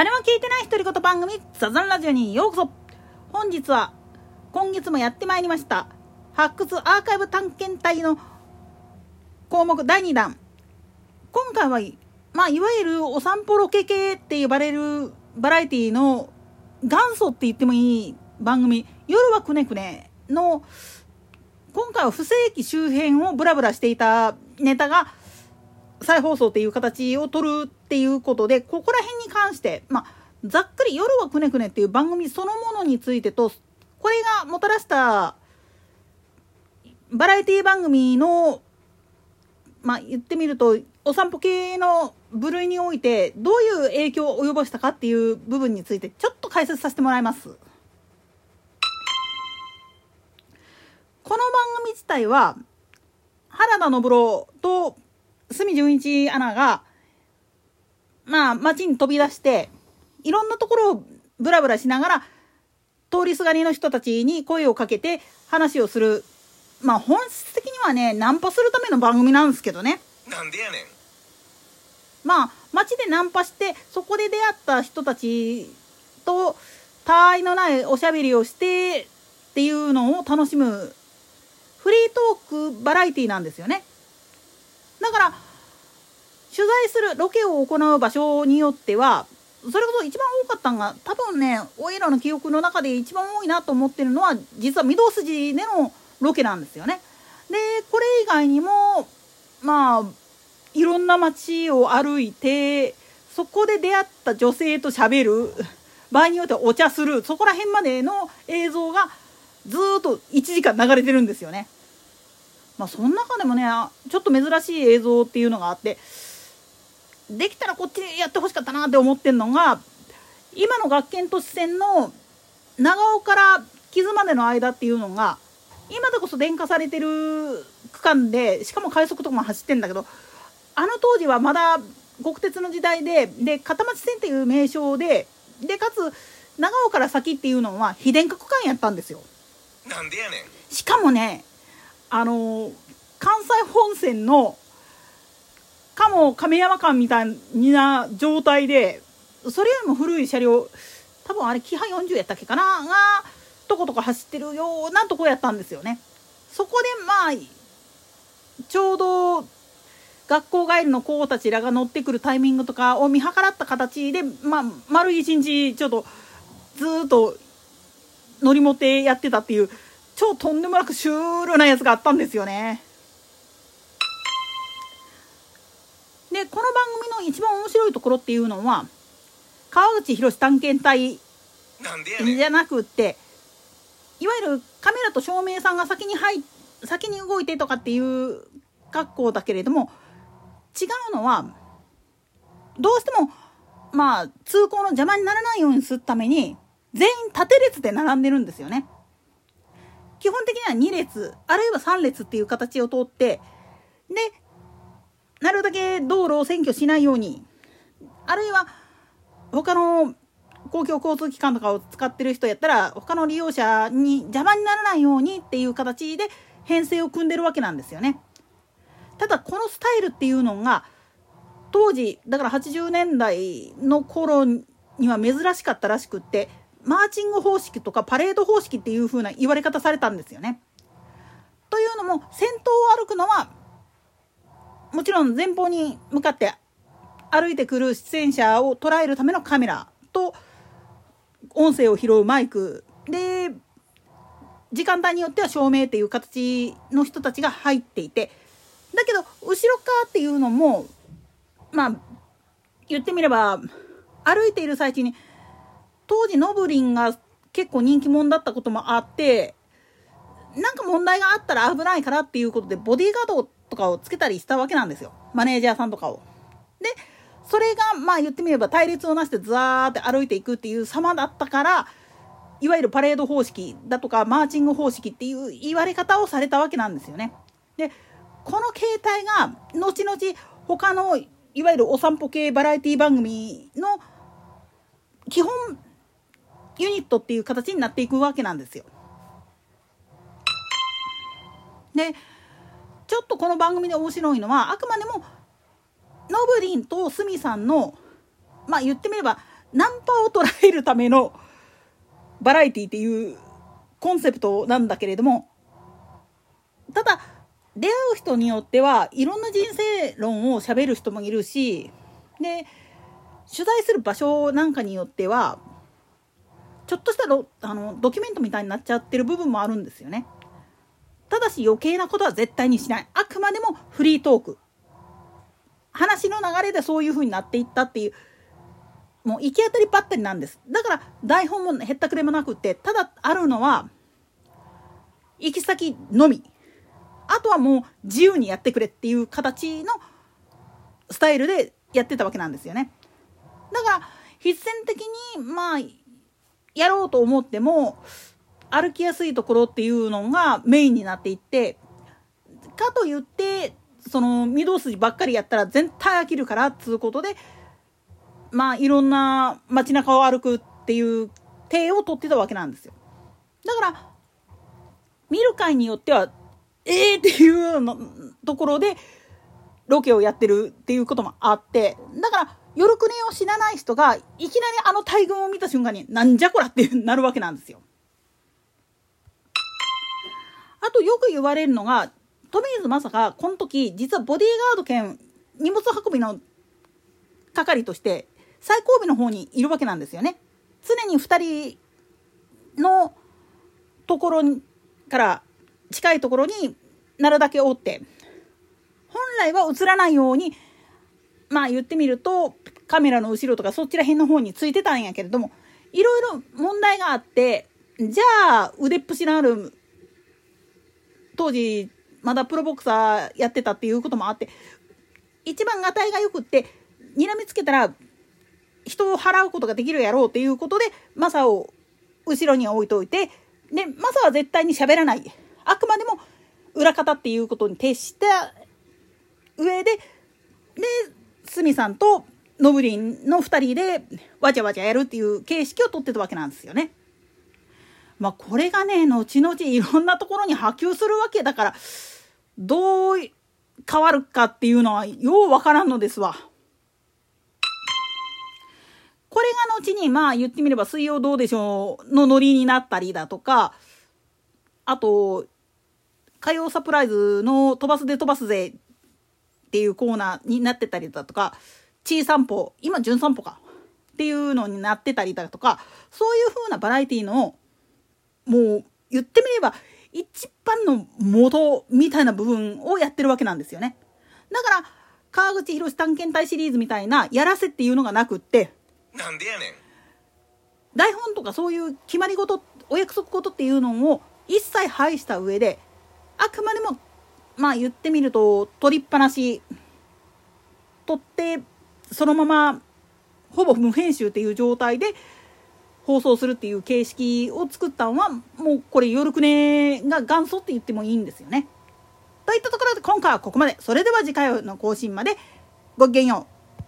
誰も聞いてない独り言番組ザザンラジオにようこそ。本日は今月もやってまいりました発掘アーカイブ探検隊の項目第2弾。今回はいわゆるお散歩ロケ系って呼ばれるバラエティの元祖って言ってもいい番組、夜はくねくねの今回は不正規周辺をブラブラしていたネタが再放送っていう形を取るっていうことで、ここら辺に関してざっくり夜はくねくねっていう番組そのものについてと、これがもたらしたバラエティ番組の言ってみるとお散歩系の部類においてどういう影響を及ぼしたかっていう部分についてちょっと解説させてもらいます。この番組自体は原田信郎と角純一アナが街に飛び出していろんなところをブラブラしながら通りすがりの人たちに声をかけて話をする、本質的にはねナンパするための番組なんですけどね。 なんでやねん。 街でナンパしてそこで出会った人たちと他愛のないおしゃべりをしてっていうのを楽しむフリートークバラエティなんですよね。だから取材するロケを行う場所によってはそれこそ一番多かったのが多分ね、おいらの記憶の中で一番多いなと思ってるのは実は御堂筋でのロケなんですよね。でこれ以外にもいろんな街を歩いてそこで出会った女性と喋る、場合によってはお茶する、そこら辺までの映像がずっと1時間流れてるんですよね。その中でもねちょっと珍しい映像っていうのがあって、できたらこっちでやってほしかったなって思ってるのが、今の学研都市線の長尾から木津までの間っていうのが今でこそ電化されてる区間で、しかも快速とかも走ってんだけど、あの当時はまだ国鉄の時代で片町線っていう名称でかつ長尾から先っていうのは非電化区間やったんですよ。 なんでやねん。 しかもね関西本線の亀山間みたいな状態で、それよりも古い車両、多分あれキハ40やったっけかながとことか走ってるようなとこやったんですよね。そこでちょうど学校帰りの子たちらが乗ってくるタイミングとかを見計らった形で丸一日ちょっとずっと乗り持ってやってたっていう超とんでもなくシュールなやつがあったんですよね。でこの番組の一番面白いところっていうのは川口博探検隊じゃなくって、いわゆるカメラと照明さんが先に動いてとかっていう格好だけれども、違うのはどうしても通行の邪魔にならないようにするために全員縦列で並んでるんですよね。基本的には2列あるいは3列っていう形を通って、でなるだけ道路を占拠しないように、あるいは他の公共交通機関とかを使ってる人やったら他の利用者に邪魔にならないようにっていう形で編成を組んでるわけなんですよね。ただこのスタイルっていうのが当時だから80年代の頃には珍しかったらしくって、マーチング方式とかパレード方式っていう風な言われ方されたんですよね。というのも先頭を歩くのはもちろん前方に向かって歩いてくる出演者を捉えるためのカメラと音声を拾うマイクで、時間帯によっては照明っていう形の人たちが入っていて、だけど後ろ側っていうのも言ってみれば歩いている最中に当時ノブリンが結構人気者だったこともあって、なんか問題があったら危ないからっていうことでボディーガードとかをつけたりしたわけなんですよ、マネージャーさんとかを。でそれが言ってみれば対立をなしてずーって歩いていくっていう様だったから、いわゆるパレード方式だとかマーチング方式っていう言われ方をされたわけなんですよね。でこの形態が後々他のいわゆるお散歩系バラエティ番組の基本ユニットっていう形になっていくわけなんですよ。でちょっとこの番組で面白いのは、あくまでもノブリンとスミさんの言ってみればナンパを捉えるためのバラエティっていうコンセプトなんだけれども、ただ出会う人によってはいろんな人生論を喋る人もいるし、で取材する場所なんかによってはちょっとしたドキュメントみたいになっちゃってる部分もあるんですよね。ただし余計なことは絶対にしない。あくまでもフリートーク、話の流れでそういう風になっていったっていう、もう行き当たりばったりなんです。だから台本もへったくれもなくって、ただあるのは行き先のみ、あとはもう自由にやってくれっていう形のスタイルでやってたわけなんですよね。だから必然的にやろうと思っても歩きやすいところっていうのがメインになっていって、かといってその御堂筋ばっかりやったら全体飽きるからっつうことで、いろんな街中を歩くっていう体を取ってたわけなんですよ。だから見る会によってはっていうのところでロケをやってるっていうこともあって、だから夜くねを知らない人がいきなりあの大群を見た瞬間になんじゃこらってなるわけなんですよ。あとよく言われるのが、富水正がこの時実はボディーガード兼荷物運びの係として最後尾の方にいるわけなんですよね。常に2人のところから近いところになるだけおって、本来は映らないように言ってみるとカメラの後ろとかそちら辺の方についてたんやけれども、いろいろ問題があって、じゃあ腕っぷしのある当時まだプロボクサーやってたっていうこともあって、一番がたいがよくって睨みつけたら人を払うことができるやろうっていうことでマサを後ろに置いといて、でマサは絶対に喋らない、あくまでも裏方っていうことに徹した上で、スミさんとノブリンの2人でわちゃわちゃやるっていう形式をとってたわけなんですよね。これがね後々いろんなところに波及するわけだから、どう変わるかっていうのはようわからんのですわ。これが後に言ってみれば水曜どうでしょうのノリになったりだとか、あと火曜サプライズの飛ばすで飛ばすぜっていうコーナーになってたりだとか、ちい散歩今じゅん散歩かっていうのになってたりだとか、そういう風なバラエティのもう言ってみれば一番の元みたいな部分をやってるわけなんですよね。だから川口博探検隊シリーズみたいなやらせっていうのがなくって、 なんでやねん、 台本とかそういう決まり事お約束事っていうのを一切排した上で、あくまでも言ってみると取りっぱなし取ってそのままほぼ無編集っていう状態で放送するっていう形式を作ったのは、もうこれ夜くねが元祖って言ってもいいんですよね。といったところで今回はここまで。それでは次回の更新までごきげんよう。